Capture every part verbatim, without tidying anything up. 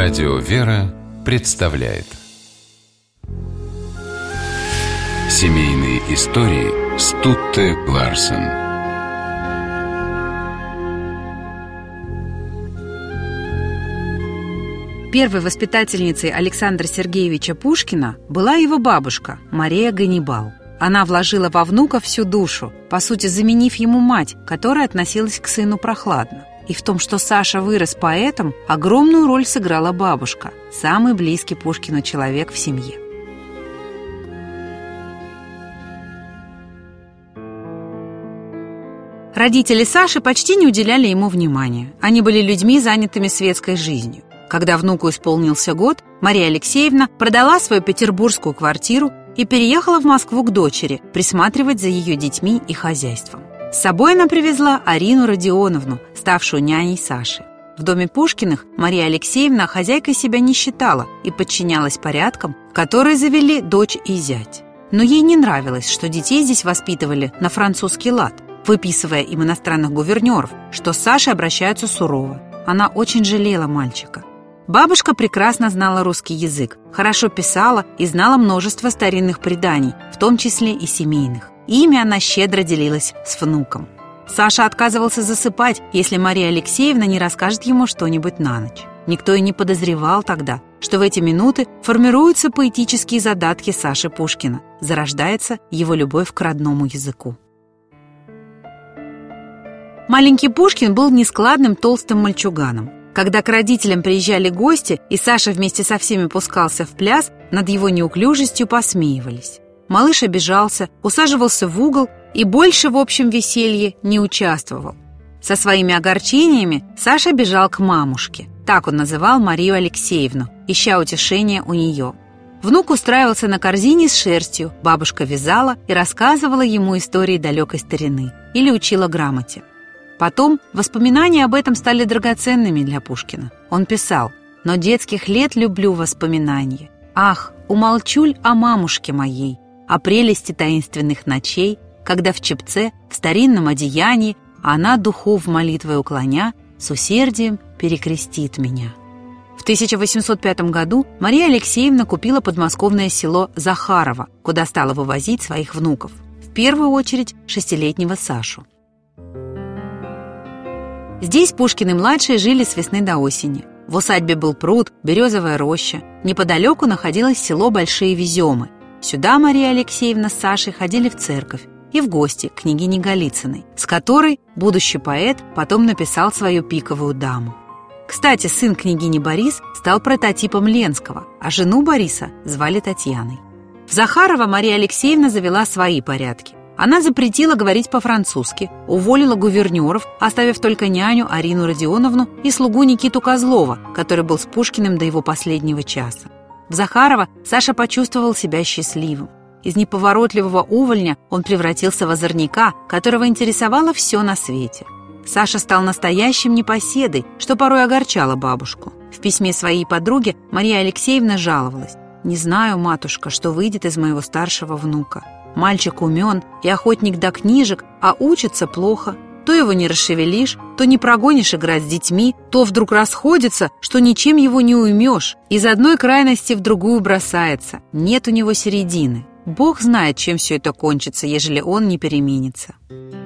Радио «Вера» представляет семейные истории Стутте Ларсен. Первой воспитательницей Александра Сергеевича Пушкина была его бабушка Мария Ганнибал. Она вложила во внука всю душу, по сути, заменив ему мать, которая относилась к сыну прохладно. И в том, что Саша вырос поэтом, огромную роль сыграла бабушка, самый близкий Пушкину человек в семье. Родители Саши почти не уделяли ему внимания. Они были людьми, занятыми светской жизнью. Когда внуку исполнился год, Мария Алексеевна продала свою петербургскую квартиру и переехала в Москву к дочери, присматривать за ее детьми и хозяйством. С собой она привезла Арину Родионовну, ставшую няней Саши. В доме Пушкиных Мария Алексеевна хозяйкой себя не считала и подчинялась порядкам, которые завели дочь и зять. Но ей не нравилось, что детей здесь воспитывали на французский лад, выписывая им иностранных гувернеров, что с Сашей обращаются сурово. Она очень жалела мальчика. Бабушка прекрасно знала русский язык, хорошо писала и знала множество старинных преданий, в том числе и семейных. Ими она щедро делилась с внуком. Саша отказывался засыпать, если Мария Алексеевна не расскажет ему что-нибудь на ночь. Никто и не подозревал тогда, что в эти минуты формируются поэтические задатки Саши Пушкина, зарождается его любовь к родному языку. Маленький Пушкин был нескладным толстым мальчуганом. Когда к родителям приезжали гости, и Саша вместе со всеми пускался в пляс, над его неуклюжестью посмеивались. Малыш обижался, усаживался в угол и больше в общем веселье не участвовал. Со своими огорчениями Саша бежал к мамушке. Так он называл Марию Алексеевну, ища утешения у нее. Внук устраивался на корзине с шерстью, бабушка вязала и рассказывала ему истории далекой старины или учила грамоте. Потом воспоминания об этом стали драгоценными для Пушкина. Он писал: «Но детских лет люблю воспоминания. Ах, умолчуль о мамушке моей, о прелести таинственных ночей, когда в чепце, в старинном одеянии, она духов молитвой уклоня, с усердием перекрестит меня». В тысяча восемьсот пятом году Мария Алексеевна купила подмосковное село Захарово, куда стала вывозить своих внуков, в первую очередь шестилетнего Сашу. Здесь Пушкины-младшие жили с весны до осени. В усадьбе был пруд, березовая роща. Неподалеку находилось село Большие Веземы. Сюда Мария Алексеевна с Сашей ходили в церковь и в гости к княгине Голицыной, с которой будущий поэт потом написал свою «Пиковую даму». Кстати, сын княгини Борис стал прототипом Ленского, а жену Бориса звали Татьяной. В Захарово Мария Алексеевна завела свои порядки. Она запретила говорить по-французски, уволила гувернеров, оставив только няню Арину Родионовну и слугу Никиту Козлова, который был с Пушкиным до его последнего часа. В Захарово Саша почувствовал себя счастливым. Из неповоротливого увольня он превратился в озорника, которого интересовало все на свете. Саша стал настоящим непоседой, что порой огорчало бабушку. В письме своей подруге Мария Алексеевна жаловалась: «Не знаю, матушка, что выйдет из моего старшего внука. Мальчик умен и охотник до книжек, а учится плохо. То его не расшевелишь, то не прогонишь играть с детьми, то вдруг расходится, что ничем его не уймешь. Из одной крайности в другую бросается. Нет у него середины. Бог знает, чем все это кончится, ежели он не переменится».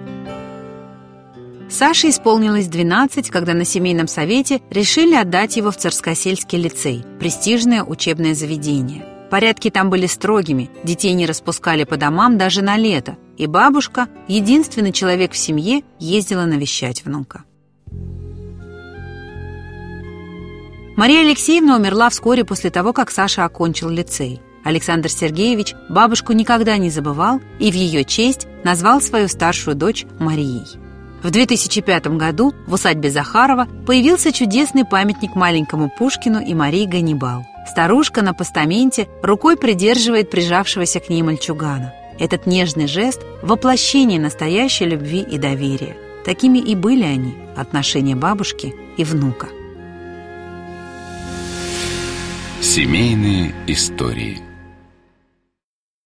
Саше исполнилось двенадцать, когда на семейном совете решили отдать его в Царскосельский лицей, престижное учебное заведение. Порядки там были строгими, детей не распускали по домам даже на лето, и бабушка, единственный человек в семье, ездила навещать внука. Мария Алексеевна умерла вскоре после того, как Саша окончил лицей. Александр Сергеевич бабушку никогда не забывал и в ее честь назвал свою старшую дочь Марией. В две тысячи пятом году в усадьбе Захарова появился чудесный памятник маленькому Пушкину и Марии Ганнибал. Старушка на постаменте рукой придерживает прижавшегося к ней мальчугана. Этот нежный жест – воплощение настоящей любви и доверия. Такими и были они, отношения бабушки и внука. Семейные истории.